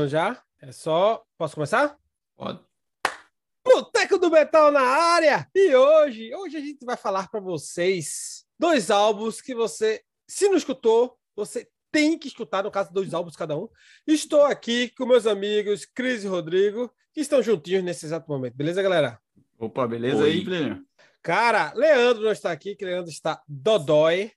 já? É só... Posso começar? Pode. Boteco do Metal na área! E hoje a gente vai falar para vocês dois álbuns que você, se não escutou, você tem que escutar, no caso, 2 álbuns cada um. Estou aqui com meus amigos Cris e Rodrigo, que estão juntinhos nesse exato momento. Beleza, galera? Opa, beleza Oi. aí, Plínio? Cara, Leandro não está aqui, que Leandro está dodói.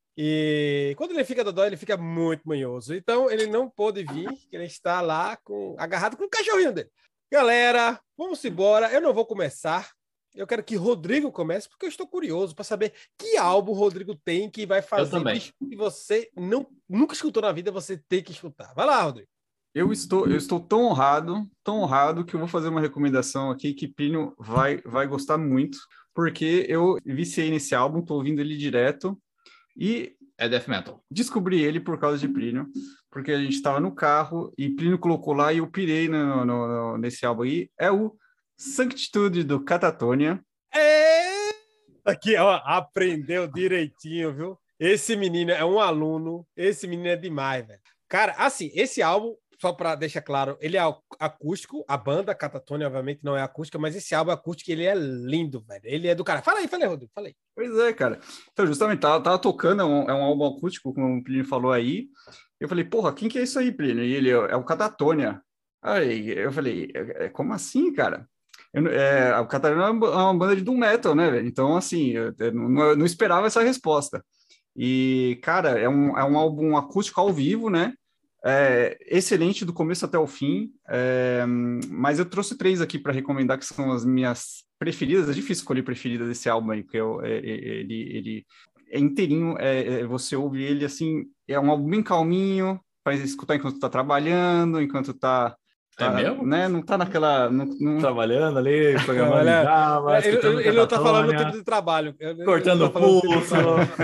E quando ele fica dodói, ele fica muito manhoso. Então, ele não pôde vir, que ele está lá agarrado com o cachorrinho dele. Galera, vamos embora. Eu não vou começar. Eu quero que Rodrigo comece, porque eu estou curioso para saber que álbum o Rodrigo tem que vai fazer que você nunca escutou na vida, você tem que escutar. Vai lá, Rodrigo. Eu estou tão honrado que eu vou fazer uma recomendação aqui que Plínio vai gostar muito, porque eu viciei nesse álbum, estou ouvindo ele direto e É death metal. descobri ele por causa de Plínio, porque a gente estava no carro e Plínio colocou lá e eu pirei nesse álbum aí. É o Sanctitude do Catatonia. Aqui, ó, aprendeu direitinho, viu? Esse menino é um aluno, esse menino é demais, velho. Cara, assim, esse álbum, só para deixar claro, ele é acústico, a banda Catatonia, obviamente, não é acústica, mas esse álbum é acústico e ele é lindo, velho. Ele é do cara. Fala aí, Rodrigo, fala aí. Pois é, cara. Então, justamente, tava tocando, é um álbum acústico, como o Plínio falou aí. Eu falei, porra, quem que é isso aí, Plínio? E ele é o Catatonia. Aí eu falei, como assim, cara? O Catatonia é uma banda de doom metal, né, velho? Então, assim, eu não esperava essa resposta. E, cara, é um álbum acústico ao vivo, né? Excelente do começo até o fim. Mas eu trouxe 3 aqui para recomendar, que são as minhas preferidas. É difícil escolher preferida desse álbum aí, porque ele é inteirinho. Você ouve ele assim, é um álbum bem calminho, para escutar enquanto tá trabalhando, enquanto tá mesmo? né? Não tá naquela... Trabalhando ali, programando em Java, escutando ele não tá falando Catatonia, tempo de trabalho. cortando o pulso.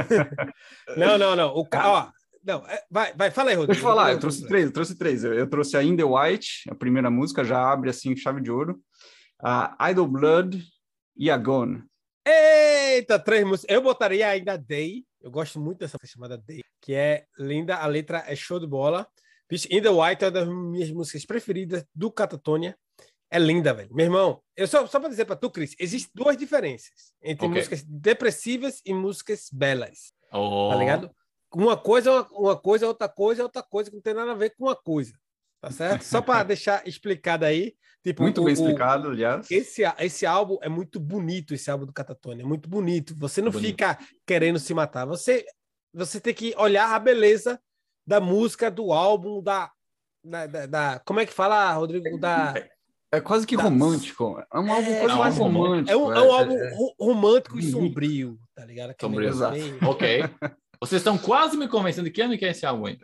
Não. Ó, não, vai, fala aí, Rodrigo. Deixa eu falar, eu trouxe três. Eu trouxe a In The White, a primeira música, já abre assim, chave de ouro. A Idle Blood e a Gone. Eita, 3 músicas. Eu botaria ainda Day. Eu gosto muito dessa música chamada Day, que é linda. A letra é show de bola. Bicho, In The White é uma das minhas músicas preferidas do Catatonia. É linda, velho. Meu irmão, eu só para dizer para tu, Cris, existem 2 diferenças entre músicas depressivas e músicas belas. Tá ligado? Uma coisa é uma coisa, outra coisa é outra coisa, que não tem nada a ver com uma coisa. Tá certo? Só para deixar explicado aí. Tipo, muito bem explicado, aliás. Esse álbum é muito bonito, esse álbum do Catatonia. É muito bonito. Você não fica querendo se matar. Você tem que olhar a beleza da música, do álbum, da como é que fala, Rodrigo? É quase que romântico. É um álbum quase mais romântico. É um álbum romântico e sombrio, tá ligado? Sombrio, exato. Ok. Vocês estão quase me convencendo de que ano que é esse álbum aí?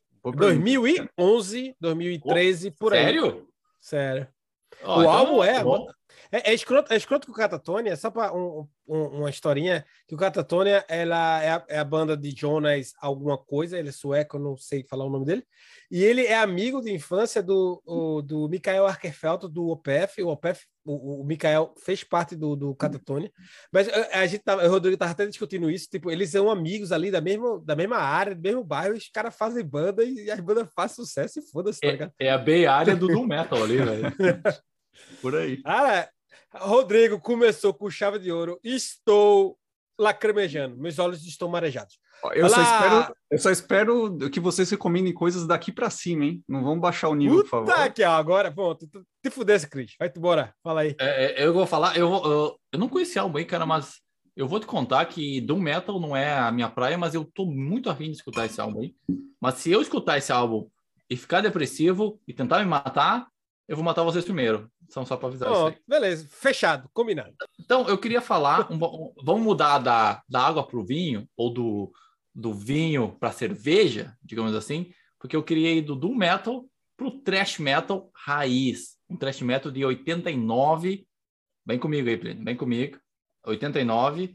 2011, 2013, por aí. Sério? Sério. O álbum é escroto que o Catatonia, só para uma historinha, que o Catatonia ela é a banda de Jonas alguma coisa, ele é sueco, eu não sei falar o nome dele, e ele é amigo de infância do Mikael Arkerfeldt, do OPF. O Mikael fez parte do Catatonia, mas o Rodrigo estava até discutindo isso, tipo, eles são amigos ali da mesma área, do mesmo bairro, e os caras fazem banda e as bandas fazem sucesso e foda-se, tá ligado? É a Bay Area do Doom Metal ali, velho. Por aí. Cara, Rodrigo começou com chave de ouro. Estou lacrimejando. Meus olhos estão marejados. Eu só espero que vocês recomendem coisas daqui pra cima, hein? Não vão baixar o nível, por favor. Aqui, ó, agora, pronto. Te fudesse, Cris. Vai embora. Fala aí. Eu vou falar, eu não conheci álbum aí, cara, mas eu vou te contar que Doom Metal não é a minha praia, mas eu tô muito afim de escutar esse álbum aí. Mas se eu escutar esse álbum e ficar depressivo e tentar me matar, eu vou matar vocês primeiro. Só para avisar isso aí. Beleza, fechado, combinado. Então, eu queria falar, vamos mudar da água para o vinho, ou do vinho para cerveja, digamos assim, porque eu queria ir do Doom Metal para o Thrash Metal raiz. Um Thrash Metal de 89. Vem comigo aí, Plínio, vem comigo. 89.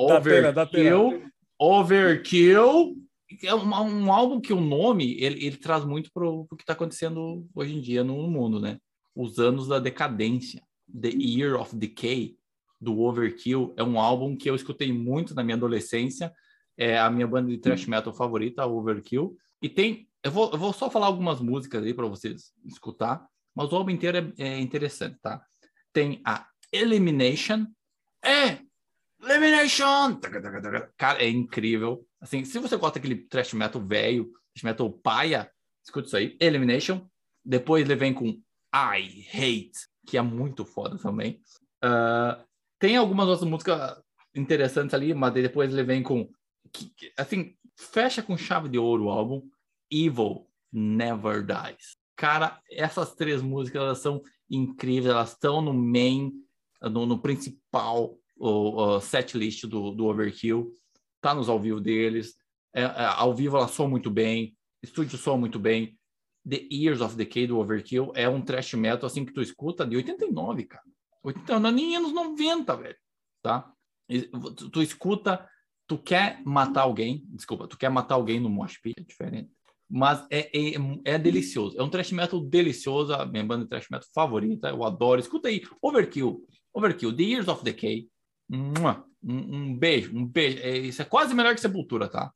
Overkill. É um álbum que o nome, ele traz muito para o que está acontecendo hoje em dia no mundo, né? Os anos da decadência, The Year of Decay, do Overkill, é um álbum que eu escutei muito na minha adolescência, é a minha banda de thrash metal favorita, a Overkill, e tem Eu vou só falar algumas músicas aí para vocês escutar, mas o álbum inteiro é interessante, tá? Tem a Elimination. Elimination! Cara, é incrível. Assim, se você gosta daquele thrash metal velho, thrash metal paia, escuta isso aí. Elimination. Depois ele vem com I Hate, que é muito foda também. Tem algumas outras músicas interessantes ali, mas depois ele vem com... assim, fecha com chave de ouro o álbum. Evil Never Dies. Cara, essas 3 músicas, elas são incríveis. Elas estão no main, no principal setlist do Overkill. Tá nos ao vivo deles. Ao vivo ela soa muito bem. Estúdio soa muito bem. The Years of Decay do Overkill é um thrash metal assim que tu escuta de 89, cara. 89, nem anos 90, velho. Tá? Tu escuta, tu quer matar alguém. Desculpa, tu quer matar alguém no mosh pit, é diferente. Mas é delicioso. É um thrash metal delicioso. A minha banda de thrash metal favorita. Eu adoro. Escuta aí. Overkill. The Years of Decay. Um beijo. Um beijo. Isso é quase melhor que Sepultura, tá?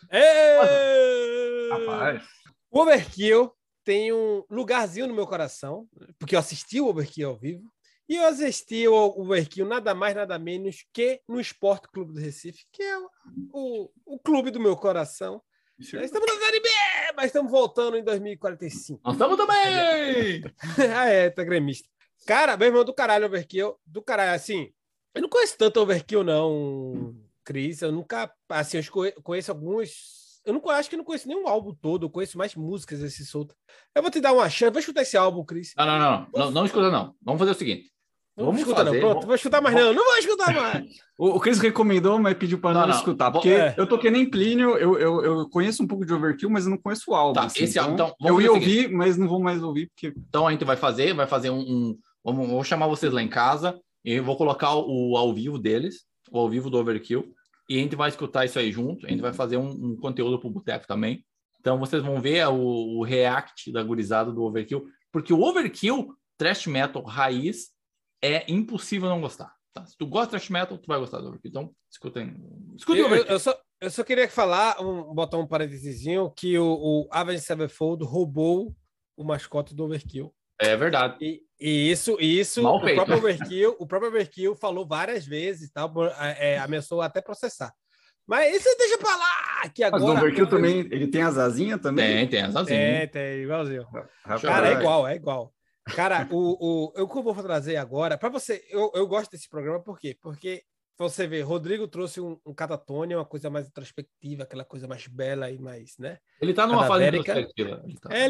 Rapaz. O Overkill tem um lugarzinho no meu coração, porque eu assisti o Overkill ao vivo. E eu assisti o Overkill nada mais, nada menos que no Esporte Clube do Recife, que é o clube do meu coração. Nós estamos na Série B, mas estamos voltando em 2045. Nós estamos também! Tá gremista. Cara, meu irmão, do caralho, Overkill. Do caralho, assim, eu não conheço tanto Overkill, não, Cris. Eu nunca, assim, eu conheço alguns... acho que eu não conheço nenhum álbum todo. Eu conheço mais músicas desse solto. Eu vou te dar uma chance. Vou escutar esse álbum, Cris. Não escuta, não. Vamos fazer o seguinte. Vamos escutar, não. Pronto, vou escutar mais, não. Não vou escutar mais. O Chris recomendou, mas pediu para não escutar. Porque eu tô que nem Plínio, eu conheço um pouco de Overkill, mas eu não conheço o álbum. Tá, assim, esse álbum, então eu ia ouvir, mas não vou mais ouvir. Porque... Então a gente vai fazer vou chamar vocês lá em casa e eu vou colocar o ao vivo deles, o ao vivo do Overkill, e a gente vai escutar isso aí junto. A gente vai fazer um conteúdo pro Boteco também. Então vocês vão ver o react da gurizada do Overkill, porque o Overkill, thrash metal raiz, é impossível não gostar. Tá? Se tu gosta de thrash metal, tu vai gostar do Overkill. Então, escutem o Overkill. Eu só queria falar, botar um parênteses, que o Avenged Sevenfold roubou o mascote do Overkill. É verdade. E isso o próprio Overkill falou várias vezes, tal, ameaçou até processar. Mas isso deixa pra lá, que agora... Mas o Overkill também, ele tem as asinhas também? Tem as asinhas. Tem, igualzinho. Cara, é igual. Cara, o que eu vou trazer agora, para você, eu gosto desse programa, por quê? Porque você vê, Rodrigo trouxe um Catatonia, uma coisa mais introspectiva, aquela coisa mais bela e mais, né? Ele tá numa fase introspectiva.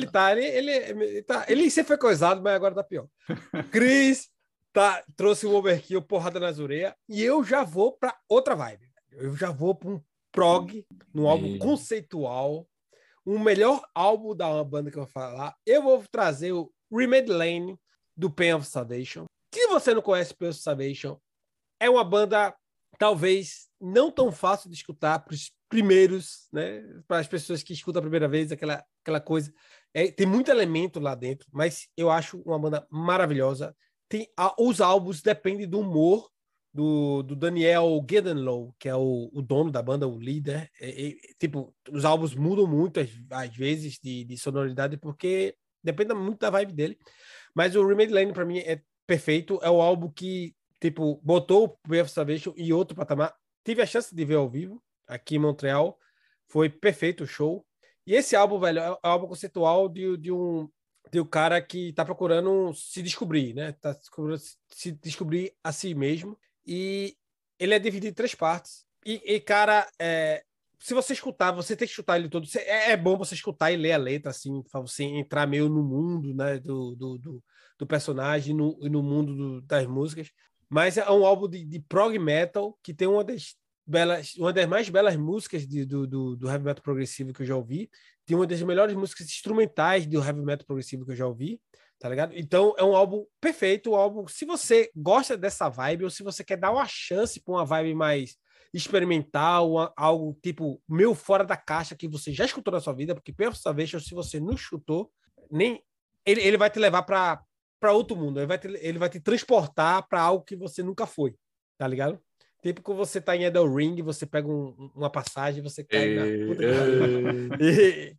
Ele sempre foi coisado, mas agora tá pior. Chris trouxe o Overkill, porrada nas orelhas, e eu já vou para outra vibe. Eu já vou para um prog, num álbum conceitual, o melhor álbum da banda que eu vou falar. Eu vou trazer o Remade Lane, do Pain of Salvation. Se você não conhece Pain of Salvation, é uma banda talvez não tão fácil de escutar para os primeiros, né? Para as pessoas que escutam a primeira vez, aquela coisa. Tem muito elemento lá dentro, mas eu acho uma banda maravilhosa. Os álbuns dependem do humor do Daniel Gedenlow, que é o dono da banda, o líder. Tipo, os álbuns mudam muito às vezes de sonoridade, porque depende muito da vibe dele. Mas o Remade Lane, para mim, é perfeito. É o álbum que, tipo, botou o Pain of Salvation em outro patamar. Tive a chance de ver ao vivo, aqui em Montreal. Foi perfeito o show. E esse álbum, velho, é um álbum conceitual de um cara que tá procurando se descobrir, né? Tá procurando se descobrir a si mesmo. E ele é dividido em 3 partes. Cara, se você escutar, você tem que escutar ele todo. É bom você escutar e ler a letra, assim, para você entrar meio no mundo, né, do personagem e no mundo das músicas. Mas é um álbum de prog metal que tem uma das mais belas músicas do heavy metal progressivo que eu já ouvi. Tem uma das melhores músicas instrumentais do heavy metal progressivo que eu já ouvi, tá ligado? Então é um álbum perfeito, um álbum, se você gosta dessa vibe ou se você quer dar uma chance para uma vibe mais experimental, algo tipo meio fora da caixa que você já escutou na sua vida, porque Pain of Salvation, se você não escutou, ele vai te levar para outro mundo, ele vai te transportar para algo que você nunca foi, tá ligado? Tipo que você tá em Elden Ring, você pega uma passagem, você cai na puta que pariu.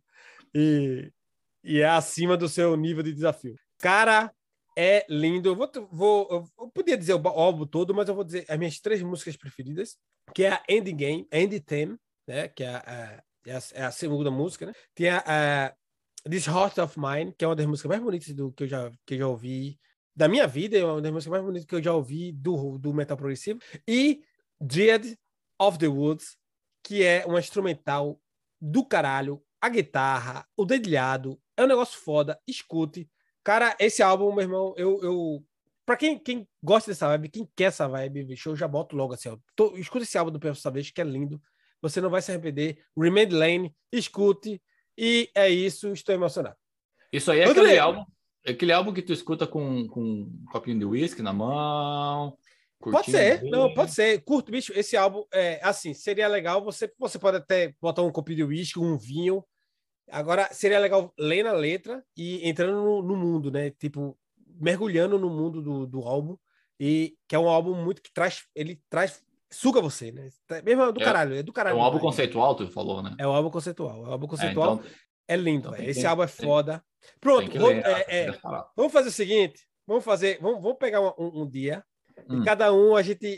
e é acima do seu nível de desafio. Cara, é lindo. Eu podia dizer o álbum todo, mas eu vou dizer as minhas 3 músicas preferidas, que é a Ending Game, End Theme, né? Que é a segunda música, né? Tem a This Heart of Mine, que é uma das músicas mais bonitas que eu já ouvi da minha vida, é uma das músicas mais bonitas que eu já ouvi do metal progressivo, e Dread of the Woods, que é uma instrumental do caralho, a guitarra, o dedilhado, é um negócio foda, escute. Cara, esse álbum, meu irmão, pra quem gosta dessa vibe, quem quer essa vibe, bicho, eu já boto logo assim, ó. Escuta esse álbum do Perro Savage, que é lindo, você não vai se arrepender. Remain Lane, escute, e é isso, estou emocionado. Isso aí é aquele álbum que tu escuta com um copinho de uísque na mão. Pode ser, não, pode ser. Curto, bicho, esse álbum, assim, seria legal, você pode até botar um copinho de uísque, um vinho. Agora, seria legal ler na letra e entrando no mundo, né? Tipo, mergulhando no mundo do álbum, e que é um álbum muito que suga você, né? Mesmo do caralho, é do caralho. É um álbum conceitual, tu falou, né? É um álbum conceitual. Então, é lindo, velho. Esse álbum é foda. Pronto, vamos fazer o seguinte, vamos pegar um dia, e cada um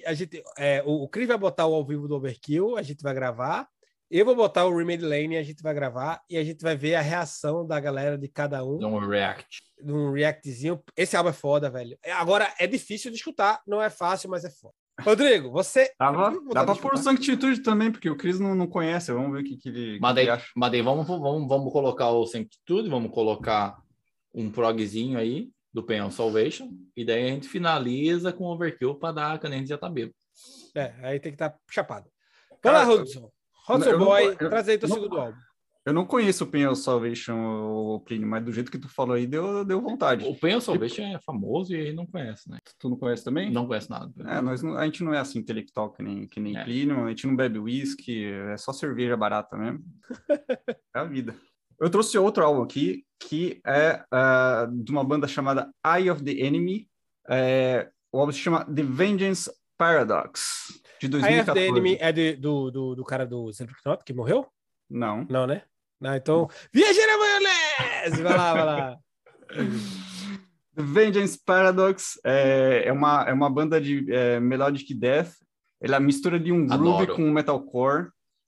o Chris vai botar o ao vivo do Overkill, a gente vai gravar, eu vou botar o Remade Lane, a gente vai gravar, e a gente vai ver a reação da galera de cada um. Um reactzinho. Esse álbum é foda, velho. Agora, é difícil de escutar, não é fácil, mas é foda. Rodrigo, você... Dá pra pôr o Sanctitude também, porque o Chris não conhece, vamos ver o que ele acha. Mas daí vamos colocar o Sanctitude, vamos colocar um progzinho aí, do Pain of Salvation, e daí a gente finaliza com o Overkill para dar a caneta já tá bêbado. Aí tem que estar chapado. Vai lá, Hudson. Hudson Boy, traz aí teu segundo álbum. Eu não conheço o Pain of Salvation, o Plínio, mas do jeito que tu falou aí, deu vontade. O Pain of Salvation é famoso e ele não conhece, né? Tu não conhece também? Não conhece nada. A gente não é assim intelectual que nem Plínio, a gente não bebe whisky, é só cerveja barata mesmo. É a vida. Eu trouxe outro álbum aqui, que é de uma banda chamada Eye of the Enemy. O álbum se chama The Vengeance Paradox, de 2014. Eye of the Enemy é do cara do Slipknot, que morreu? Não. Não, né? Não, então... Viajeira Maionese! Vai lá. The Vengeance Paradox é uma banda de melodic death. Ela é a mistura de um groove com metalcore.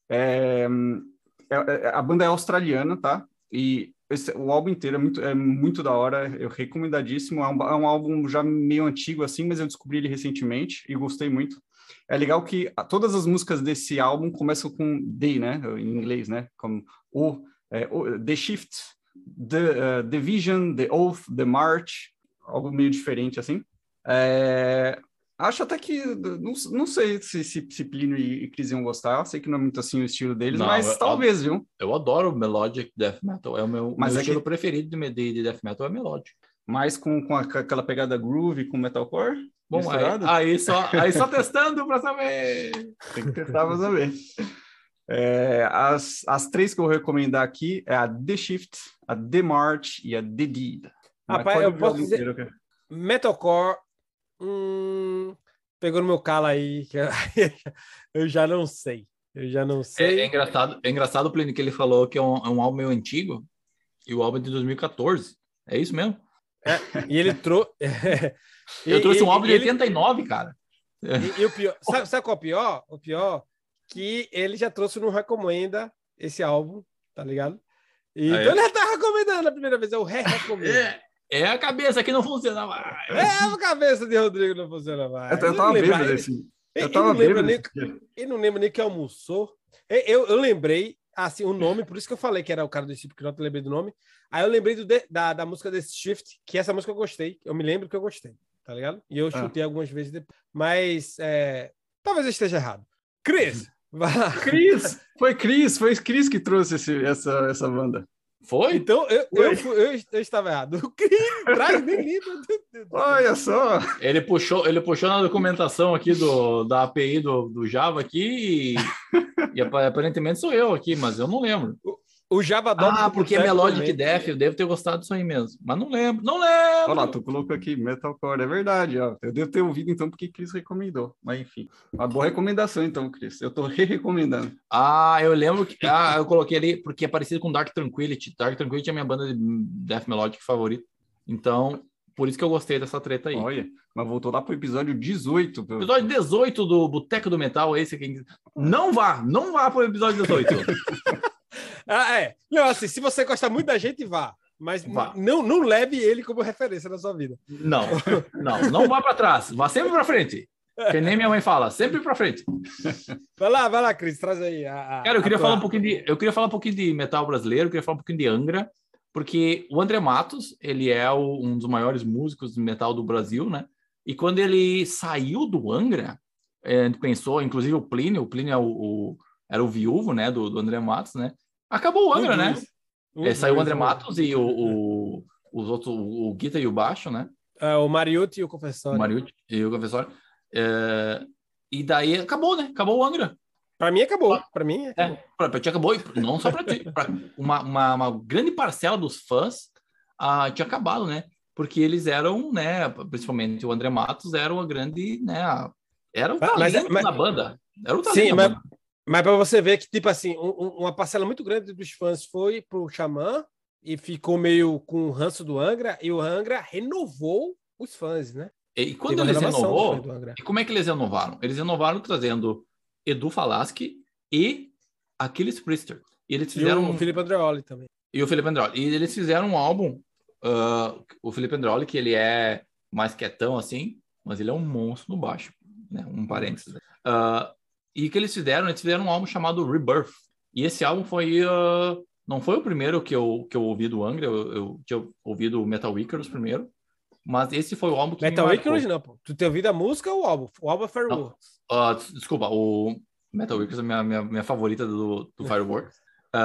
A banda é australiana, tá? E o álbum inteiro é muito da hora, eu recomendadíssimo. É um álbum já meio antigo assim, mas eu descobri ele recentemente e gostei muito. É legal que todas as músicas desse álbum começam com The, né? Em inglês, né? Como The Shift, The Vision, The Oath, The March, algo meio diferente assim. Acho até que, não sei se Plínio e Cris iam gostar, sei que não é muito assim o estilo deles, mas talvez, viu? Eu adoro Melodic Death Metal, é o meu estilo preferido de Death Metal, é Melodic. Mas com aquela pegada groove, com metalcore? Bom, aí só testando para saber. Tem que testar para saber. As 3 que eu vou recomendar aqui é a The Shift, a The March e a The Deed. Rapaz, eu posso dizer... Metalcore... pegou no meu calo aí, que eu já não sei. É engraçado, Plínio, que ele falou que é um álbum meio antigo, e o álbum é de 2014. É isso mesmo? E ele trouxe... Eu trouxe um álbum de 89, cara. E o pior... Sabe qual é o pior? O pior que ele já trouxe no Recomenda esse álbum, tá ligado? Então ele já tá recomendando a primeira vez, eu recomendo. É a cabeça que não funciona mais. A cabeça de Rodrigo não funciona mais. Eu tava bêbado assim. Ele não lembra nem que almoçou. Eu lembrei, assim, o nome, por isso que eu falei que era o cara do Steve Knott, eu lembrei do nome. Aí eu lembrei da música desse Shift, que essa música eu gostei. Eu me lembro que eu gostei, tá ligado? E eu chutei algumas vezes depois. Mas talvez eu esteja errado. Cris, vai lá. Foi Cris que trouxe essa banda. Foi? Então, eu estava errado. O Cris traz nem livro. Olha só. Ele puxou na documentação aqui da API do Java aqui e aparentemente sou eu aqui, mas eu não lembro. O Javadoc. Porque é Melodic Death, eu devo ter gostado disso aí mesmo. Mas não lembro. Olha lá, tu colocou aqui Metalcore, é verdade, ó. Eu devo ter ouvido então porque Cris recomendou. Mas enfim, uma boa recomendação então, Cris. Eu tô re-recomendando. Eu lembro que eu coloquei ali porque é parecido com Dark Tranquillity. Dark Tranquillity é a minha banda de Death Melodic favorita. Então, por isso que eu gostei dessa treta aí. Olha, mas voltou lá pro episódio 18. Episódio 18 do Boteco do Metal, esse aqui. Não vá pro episódio 18. Não, assim, se você gosta muito da gente, vá. Mas não leve ele como referência na sua vida. Não vá para trás. Vá sempre para frente. Que nem minha mãe fala, sempre para frente. Vai lá, Cris, traz aí. Cara, eu queria falar um pouquinho de metal brasileiro, eu queria falar um pouquinho de Angra, porque o André Matos, ele é um dos maiores músicos de metal do Brasil, né? E quando ele saiu do Angra, a gente pensou, inclusive o Plínio era o viúvo, né, do André Matos, né? Acabou o Angra, né? Saiu o André Matos e os outros, o Guita e o baixo, né? O Mariucci e o Confessório. E daí acabou, né? Acabou o Angra. Para mim acabou. Para mim para ti acabou, não só para ti. Uma grande parcela dos fãs tinha acabado, né? Porque eles eram, né? Principalmente o André Matos era uma grande, né? Era o talento da banda. Era o talento da banda. Mas para você ver que, tipo assim, uma parcela muito grande dos fãs foi pro Xamã e ficou meio com o ranço do Angra, e o Angra renovou os fãs, né? E quando eles renovou, e como é que eles renovaram? Eles renovaram trazendo Edu Falaschi e Achilles Priester. E eles fizeram o Felipe Andreoli também. E o Felipe Andreoli. E eles fizeram um álbum, o Felipe Andreoli, que ele é mais quietão assim, mas ele é um monstro no baixo, né? Um parênteses. E o que eles fizeram um álbum chamado Rebirth. E esse álbum foi... não foi o primeiro que eu ouvi do Angra, eu tinha ouvido o Metal Icarus primeiro, mas esse foi o álbum que Metal Icarus não, pô. Tu tem ouvido a música ou o álbum? O álbum é Fireworks. Desculpa, o Metal Icarus é minha favorita do Fireworks.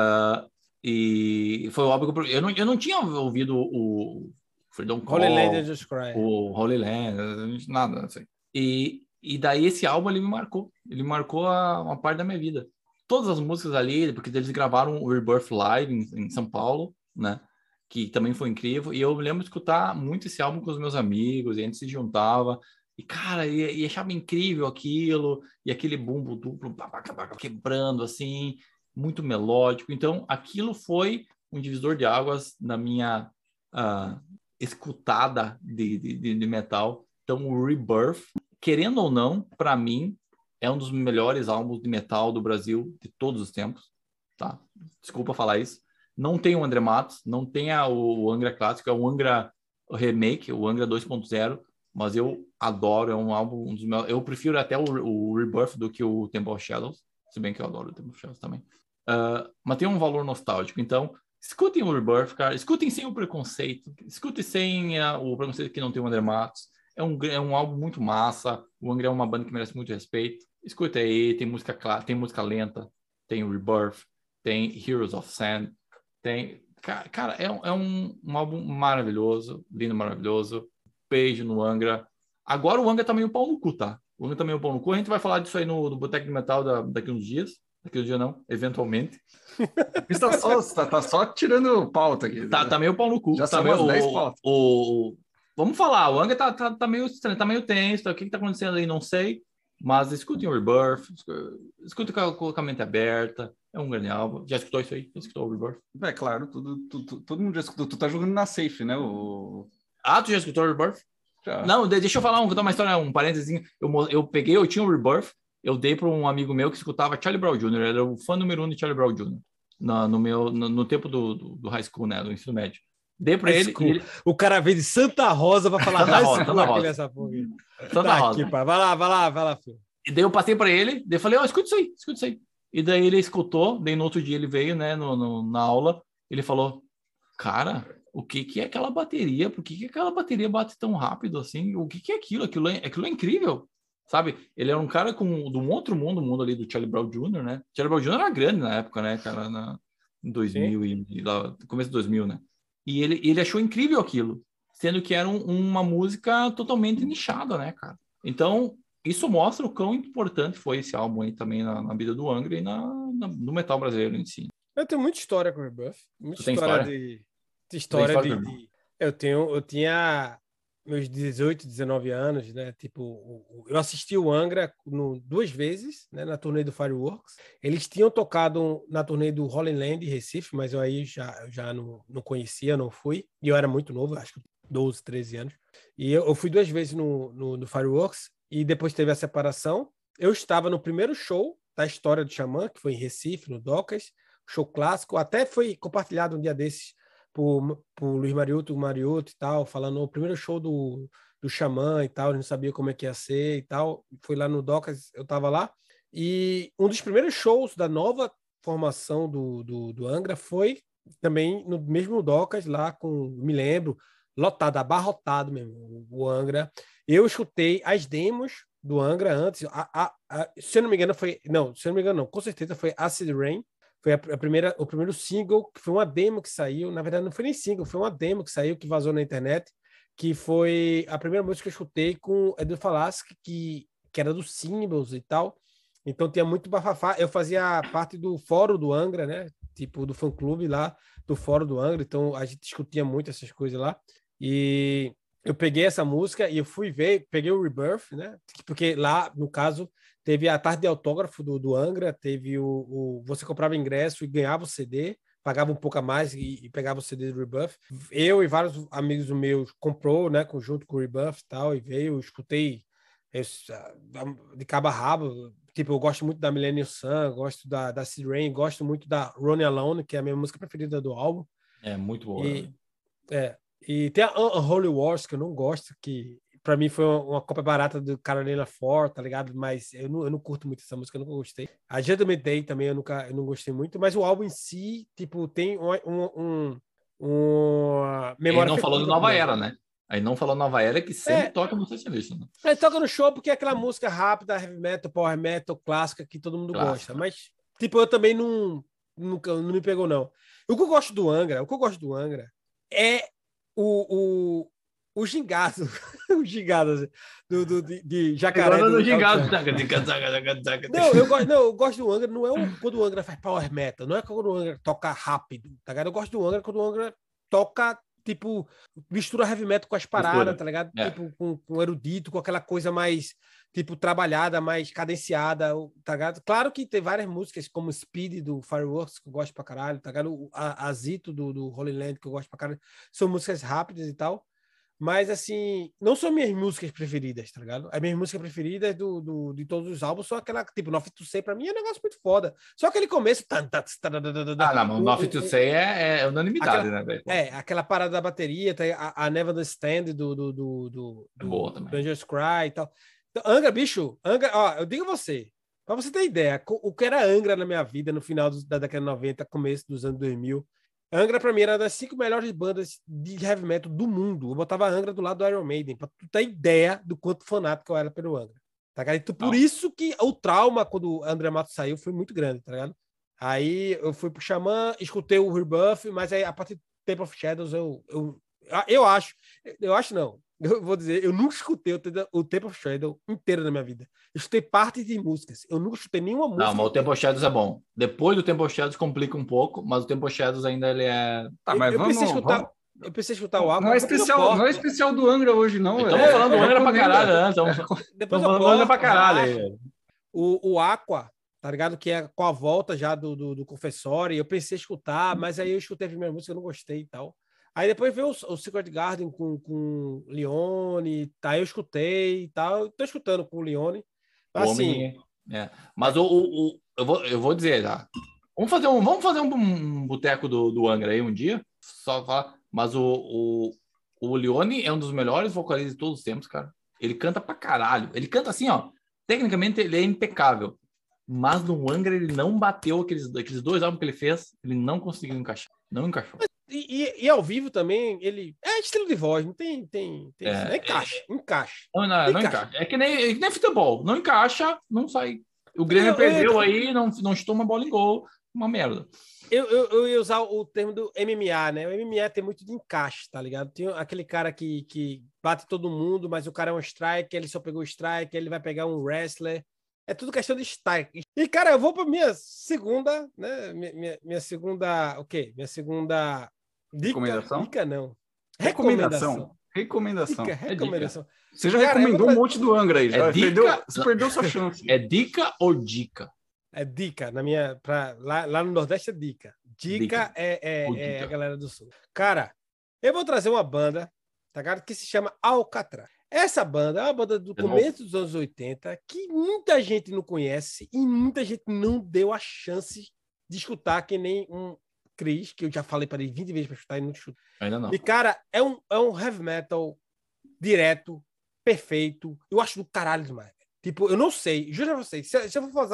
E foi o álbum que eu não tinha ouvido o Freedom Call, Holy Land Just Cry. O Holy Land, nada assim. E daí esse álbum ele me marcou uma parte da minha vida. Todas as músicas ali, porque eles gravaram o Rebirth Live em São Paulo, né? Que também foi incrível. E eu lembro de escutar muito esse álbum com os meus amigos, e a gente se juntava. E, cara, e achava incrível aquilo, e aquele bumbo duplo quebrando, assim, muito melódico. Então, aquilo foi um divisor de águas na minha escutada de metal. Então, o Rebirth, querendo ou não, para mim, é um dos melhores álbuns de metal do Brasil de todos os tempos, tá? Desculpa falar isso. Não tem o André Matos, não tem o Angra clássico, é o Angra Remake, o Angra 2.0, mas eu adoro, é um álbum, eu prefiro até o Rebirth do que o Temple of Shadows, se bem que eu adoro o Temple of Shadows também. Mas tem um valor nostálgico, então escutem o Rebirth, cara, escutem sem o preconceito, escutem sem o preconceito que não tem o André Matos. É um álbum muito massa. O Angra é uma banda que merece muito respeito. Escuta aí, tem música lenta, tem o Rebirth, tem Heroes of Sand, tem... Cara, é um álbum maravilhoso, lindo, maravilhoso. Beijo no Angra. Agora o Angra tá meio pau no cu, tá? O Angra tá meio pau no cu. A gente vai falar disso aí no Boteco de Metal daqui uns dias. Daqui uns dias não, eventualmente. Tá só tirando pauta aqui. Tá meio pau no cu. Já tá são umas 10 pautas. Vamos falar, o Angra tá meio estranho, tá meio tenso, o que tá acontecendo aí, não sei, mas escutem o Rebirth, escutem com a mente aberta, é um grande álbum. Já escutou isso aí? Já escutou o Rebirth? É claro, todo mundo já escutou, tu tá jogando na safe, né? Tu já escutou o Rebirth? Já. Não, deixa eu contar uma história, um parênteses. Eu tinha o Rebirth, eu dei para um amigo meu que escutava Charlie Brown Jr., ele era o fã número 1 de Charlie Brown Jr., no tempo do high school, né, do ensino médio. Dei pra ele, O cara veio de Santa Rosa pra falar Santa Rosa. Santa Rosa. Vai lá, filho. E daí eu passei pra ele, daí eu falei, escuta isso aí. E daí ele escutou, daí no outro dia ele veio, né, na aula, ele falou, cara, o que é aquela bateria? Por que aquela bateria bate tão rápido assim? O que é aquilo? Aquilo é incrível, sabe? Ele era um cara de um outro mundo, o mundo ali do Charlie Brown Jr., né? Charlie Brown Jr. era grande na época, né, cara, em 2000 e lá, começo de 2000, né? E ele achou incrível aquilo, sendo que era uma música totalmente nichada, né, cara? Então, isso mostra o quão importante foi esse álbum aí também na vida do Angra e no metal brasileiro em si. Eu tenho muita história com o Rebuff. Muita tem história história? de história história Eu tinha meus 18, 19 anos, né? Tipo, eu assisti o Angra duas vezes, né? Na turnê do Fireworks. Eles tinham tocado na turnê do Holy Land em Recife, mas eu aí já não conhecia, não fui. E eu era muito novo, acho que 12, 13 anos. E eu fui duas vezes no Fireworks e depois teve a separação. Eu estava no primeiro show da história do Xamã, que foi em Recife, no Docas, show clássico. Até foi compartilhado um dia desses por Luiz Mariotto e tal, falando o primeiro show do Xamã e tal, ele não sabia como é que ia ser e tal. Foi lá no Docas, eu estava lá. E um dos primeiros shows da nova formação do Angra foi também no mesmo Docas, lá me lembro, lotado, abarrotado mesmo, o Angra. Eu escutei as demos do Angra antes, se eu não me engano com certeza foi Acid Rain, foi o primeiro single, que foi uma demo que saiu, na verdade não foi nem single, foi uma demo que saiu, que vazou na internet, que foi a primeira música que eu escutei com Edu Falaschi, que era do Symbols e tal, então tinha muito bafafá, eu fazia parte do fórum do Angra, né, tipo do fã-clube lá, do fórum do Angra, então a gente discutia muito essas coisas lá, e eu peguei essa música e eu fui ver, peguei o Rebirth, né, porque lá, no caso, teve a tarde de autógrafo do Angra, teve você comprava ingresso e ganhava o CD, pagava um pouco a mais e pegava o CD do Rebuff. Eu e vários amigos meus comprou, né, junto com o Rebuff e tal, e veio, eu escutei de cabo a rabo. Tipo, eu gosto muito da Millennium Sun, gosto da Sid Rain, gosto muito da Ronnie Alone, que é a minha música preferida do álbum. É muito boa. E tem a Unholy Wars, que eu não gosto, que pra mim foi uma cópia barata do Carolina Ford, tá ligado? Mas eu não curto muito essa música, eu nunca gostei. A Judgment Day também eu não gostei muito, mas o álbum em si, tipo, tem uma memória. Ele não falou de Nova Era, né? Aí não falou Nova Era, que sempre toca no Socialista. Né? Ele toca no show porque é aquela música rápida, heavy metal, power metal, clássica, que todo mundo gosta. Mas, tipo, eu também não me pegou, não. O que eu gosto do Angra é o gingado, o gingado de jacaré. Do gingado. Não, eu gosto do Angra, não é quando o Angra faz power metal, não é quando o Angra toca rápido, tá ligado? Eu gosto do Angra quando o Angra toca, tipo, mistura heavy metal com as paradas, tá ligado? Tipo, com erudito, com aquela coisa mais, tipo, trabalhada, mais cadenciada, tá ligado? Claro que tem várias músicas, como Speed, do Fireworks, que eu gosto pra caralho, tá ligado? A Zito, do Holy Land, que eu gosto pra caralho, são músicas rápidas e tal. Mas, assim, não são minhas músicas preferidas, tá ligado? As minhas músicas preferidas de todos os álbuns são aquela, tipo, Nothing to Say, pra mim é um negócio muito foda. Só aquele começo... não, Nothing to Say é unanimidade, né, velho? Aquela parada da bateria, tem a Never Understand do Dangerous Cry e tal. Então, Angra, bicho, ó, eu digo a você, pra você ter ideia, o que era Angra na minha vida no final da década de 90, começo dos anos 2000, Angra, pra mim, era uma das 5 melhores bandas de heavy metal do mundo. Eu botava Angra do lado do Iron Maiden, pra tu ter ideia do quanto fanático eu era pelo Angra. Tá ligado? Então, por isso que o trauma, quando o André Matos saiu, foi muito grande, tá ligado? Aí eu fui pro Xamã, escutei o Rebuff, mas aí a partir do Temple of Shadows eu acho não. Eu vou dizer, eu nunca escutei o Temple of Shadows inteiro na minha vida. Eu escutei parte de músicas. Eu nunca escutei nenhuma música. Não, mas o Temple of Shadows é bom. Depois do Temple of Shadows complica um pouco, mas o Temple of Shadows ainda ele é... Tá, mas eu pensei em escutar o álbum. Não é especial do Angra hoje, não. Estamos falando do Angra pra caralho, né? Estamos falando do Angra pra caralho. O Aqua, tá ligado? Que é com a volta já do Confessório. Eu pensei em escutar, mas aí eu escutei a primeira música, eu não gostei e tal. Aí depois veio o Secret Garden com Leone, tá? Eu escutei e tal. Tô escutando com o Leone. Assim, mas eu vou dizer, tá? Vamos fazer um boteco do Angra aí um dia. Só falar. Mas o Leone é um dos melhores vocalistas de todos os tempos, cara. Ele canta pra caralho. Ele canta assim, ó. Tecnicamente ele é impecável. Mas no Angra ele não bateu aqueles 2 álbuns que ele fez. Ele não conseguiu encaixar. Não encaixou. E ao vivo também, ele... É estilo de voz, não tem encaixa. Não encaixa. É que nem futebol. Não encaixa, não sai. O Grêmio perdeu aí, não chutou uma bola em gol. Uma merda. Eu ia usar o termo do MMA, né? O MMA tem muito de encaixe, tá ligado? Tem aquele cara que bate todo mundo, mas o cara é um strike, ele só pegou o strike, ele vai pegar um wrestler. É tudo questão de style. E, cara, eu vou pra minha segunda, né? Minha segunda... O quê? Minha segunda... Recomendação? Dica não. Recomendação. Dica, recomendação. Você já Cara, recomendou um monte do Angra aí. Você perdeu sua chance. É dica ou dica? É dica. Lá no Nordeste é dica. Dica é a galera do Sul. Cara, eu vou trazer uma banda, tá ligado? Que se chama Alcatraz. Essa banda é uma banda do começo dos anos 80 que muita gente não conhece e muita gente não deu a chance de escutar, que nem um Chris, que eu já falei para ele 20 vezes para escutar e não escuta. Ainda não. E, cara, é um heavy metal direto, perfeito. Eu acho do caralho demais. Tipo, eu não sei, juro a vocês, se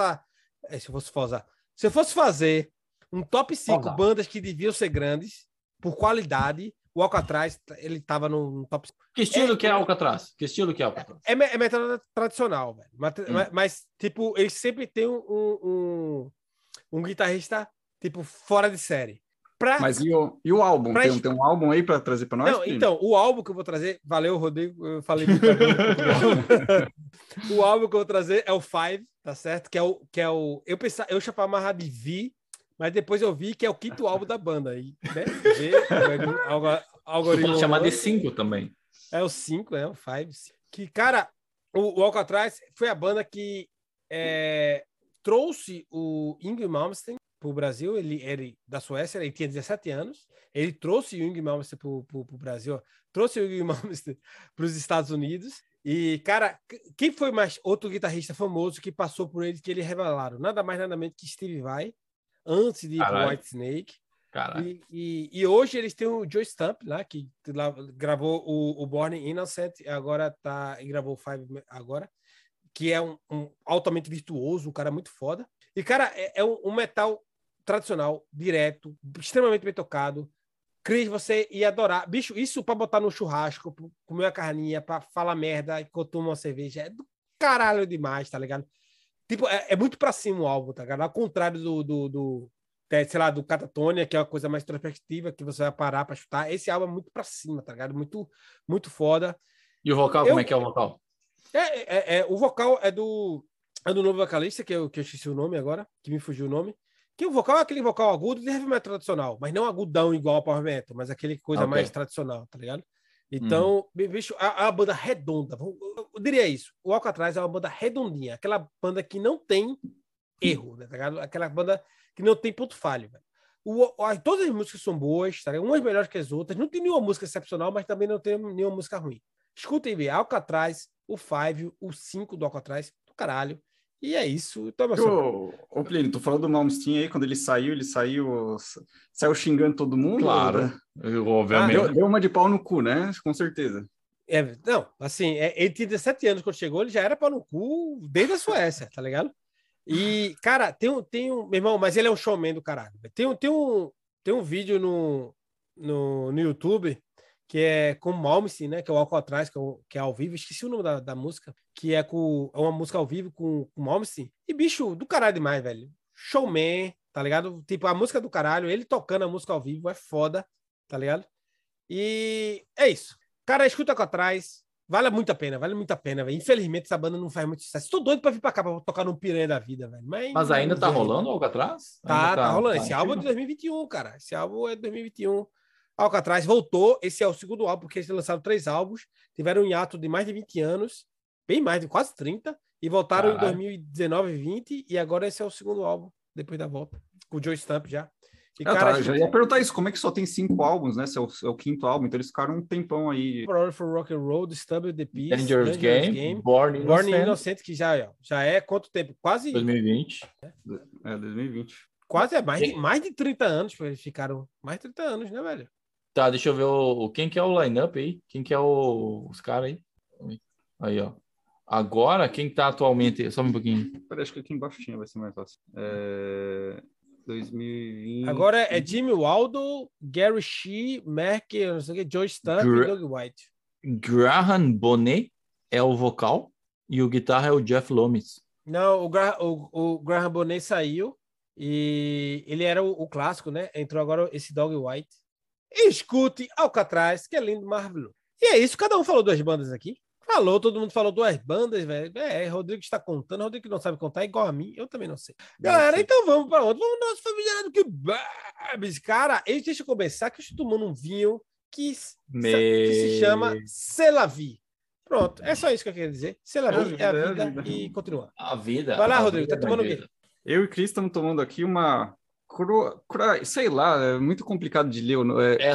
eu fosse fazer um top 5 bandas que deviam ser grandes, por qualidade, o Alcatraz, ele tava no top 5. Que estilo que é Alcatraz? Que estilo que é Alcatraz? É metal tradicional, velho. Mas, tipo, ele sempre tem um guitarrista, tipo, fora de série. Mas e o álbum? Tem um álbum aí para trazer para nós? Não, então, o álbum que eu vou trazer... Valeu, Rodrigo, eu falei muito O álbum que eu vou trazer é o Five, tá certo? Que é o eu chamava mais de V, mas depois eu vi que é o quinto álbum da banda. E, né? Pode chamar de 5 também. É o 5, o Five. Que, cara, o Alcatraz foi a banda que trouxe o Yngwie Malmsteen para o Brasil. Ele da Suécia, ele tinha 17 anos. Ele trouxe o Yngwie Malmsteen para o Brasil, trouxe o Yngwie Malmsteen para os Estados Unidos. E, cara, quem foi mais outro guitarrista famoso que passou por eles que eles revelaram? Nada mais, nada menos que Steve Vai, antes de ir para o Whitesnake. E hoje eles têm o Joe Stump lá, que lá gravou o Born Innocent, e gravou o Five agora, que é um altamente virtuoso, um cara muito foda. E, cara, é um metal tradicional, direto, extremamente bem tocado. Cris, você ia adorar. Bicho, isso pra botar no churrasco, pra comer uma carninha, pra falar merda enquanto toma uma cerveja, é do caralho demais, tá ligado? Tipo, é muito pra cima o álbum, tá ligado? Ao contrário sei lá, do Catatonia, que é uma coisa mais introspectiva, que você vai parar pra chutar. Esse álbum é muito pra cima, tá ligado? Muito, muito foda. E o vocal, como é que é o vocal? O vocal é do novo vocalista, que eu esqueci o nome agora, que me fugiu o nome. Que o vocal é aquele vocal agudo de heavy metal tradicional, mas não agudão igual ao power metal, mas aquele coisa mais tradicional, tá ligado? Então, bicho, a banda redonda, eu diria isso. O Alcatraz é uma banda redondinha, aquela banda que não tem erro, né, tá ligado? Aquela banda que não tem ponto falho, velho. Todas as músicas são boas, tá ligado? Umas melhores que as outras. Não tem nenhuma música excepcional, mas também não tem nenhuma música ruim. Escutem bem, Alcatraz, o Five, o 5 do Alcatraz, do caralho. E é isso. Ô, Plínio, tu falou do Malmsteen aí, quando ele saiu xingando todo mundo? Claro, obviamente. Deu uma de pau no cu, né? Com certeza. Não, assim, ele tinha 17 anos quando chegou, ele já era pau no cu desde a Suécia, tá ligado? E, cara, tem um... Meu irmão, mas ele é um showman do caralho. Tem um vídeo no YouTube que é com o Malmsteen, né? Que é o Alcatraz, que é ao vivo. Esqueci o nome da música. Que é uma música ao vivo com o Malmsteen. E, bicho, do caralho demais, velho. Showman, tá ligado? Tipo, a música do caralho, ele tocando a música ao vivo é foda, tá ligado? E é isso. Cara, escuta Alcatraz. Vale muito a pena, velho. Infelizmente, essa banda não faz muito sucesso. Tô doido pra vir pra cá, pra tocar no Piranha da Vida, velho. Mas ainda tá rolando o Alcatraz? Tá rolando. Esse álbum é de 2021, cara. Esse álbum é de 2021. Alcatraz voltou. Esse é o segundo álbum, porque eles lançaram 3 álbuns. Tiveram um hiato de mais de 20 anos. Bem mais, de quase 30. E voltaram em 2019 e 20. E agora esse é o segundo álbum, depois da volta. Com o Joe Stump já. E, cara, já ia perguntar isso, como é que só tem 5 álbuns, né? Se é o quinto álbum, então eles ficaram um tempão aí. For Rock and Roll, Disturb the Peace, Dangerous Game, Born Innocent, que já é quanto tempo? Quase 2020. 2020. Quase mais de 30 anos, eles ficaram mais de 30 anos, né, velho? Tá, deixa eu ver quem que é o line-up aí, quem que é os caras aí. Aí, ó. Agora, quem tá atualmente, só um pouquinho. Parece que aqui embaixo vai ser mais fácil. 2020. Agora é Jimmy Waldo, Gary Shee, Merck, não sei o que, Joe Stump e Doug White. Graham Bonnet é o vocal e o guitarra é o Jeff Loomis. Não, o Graham Bonnet saiu e ele era o clássico, né? Entrou agora esse Doug White. Escute Alcatraz, que é lindo, maravilhoso. E é isso, cada um falou 2 bandas aqui. Falou, todo mundo falou 2 bandas, velho. Rodrigo está contando, Rodrigo que não sabe contar, é igual a mim, eu também não sei. Galera, então vamos para outro. Vamos no nosso familiar que babes. Cara, deixa eu começar, que eu estou tomando um vinho que se chama C'est la vie. Pronto, é só isso que eu queria dizer. C'est la vie é a vida e continua. A vida. Vai lá, Rodrigo, tá tomando o quê? Eu e o Cris estamos tomando aqui uma... sei lá, é muito complicado de ler.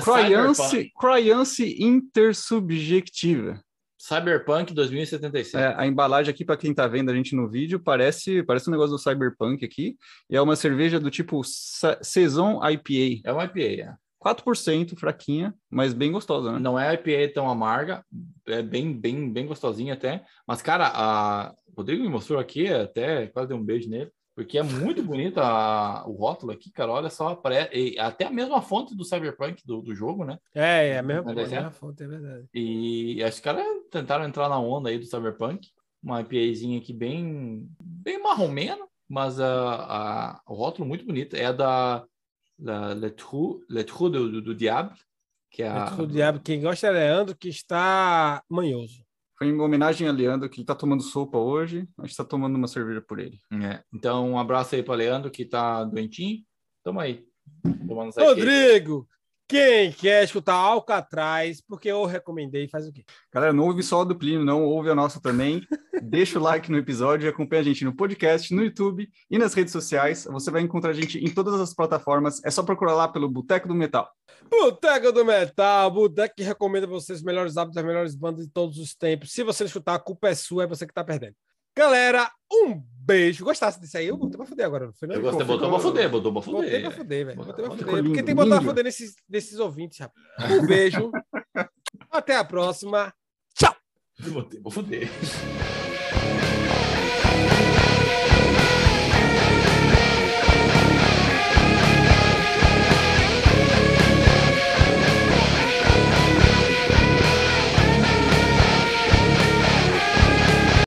Croyance intersubjetiva. Cyberpunk 2077. A embalagem aqui, para quem tá vendo a gente no vídeo, parece um negócio do Cyberpunk aqui. E é uma cerveja do tipo Saison IPA. É uma IPA, 4%, fraquinha, mas bem gostosa, né? Não é IPA tão amarga, é bem gostosinha até. Mas, cara, o Rodrigo me mostrou aqui, até quase dei um beijo nele, porque é muito bonito o rótulo aqui, cara. Olha só, até a mesma fonte do Cyberpunk do jogo, né? É a mesma fonte, é verdade. E acho que os caras tentaram entrar na onda aí do Cyberpunk. Uma IPAzinha aqui bem marromeno, mas o rótulo muito bonito. É da Le Trou do Diable, que é Le Trou do Diable. Quem gosta é Leandro, que está manhoso. Foi em homenagem a Leandro, que ele tá tomando sopa hoje. A gente tá tomando uma cerveja por ele. Então, um abraço aí para Leandro, que tá doentinho. Tamo aí. Rodrigo, quem quer escutar Alcatraz, porque eu recomendei, faz o quê? Galera, não ouve só a do Plínio, não ouve a nossa também. Deixa o like no episódio e acompanha a gente no podcast, no YouTube e nas redes sociais. Você vai encontrar a gente em todas as plataformas. É só procurar lá pelo Boteco do Metal. Boteco do Metal, Boteco que recomenda pra vocês os melhores hábitos, as melhores bandas de todos os tempos. Se você não escutar, a culpa é sua, é você que tá perdendo. Galera, um beijo. Gostasse disso aí? Eu botei pra fuder agora, não foi? Eu gostei, botou pra fuder. Botei pra fuder, velho. Botei pra fuder. Porque tem que botar pra fuder nesses ouvintes, rapaz. Um beijo. Até a próxima. Tchau. Botei pra fuder.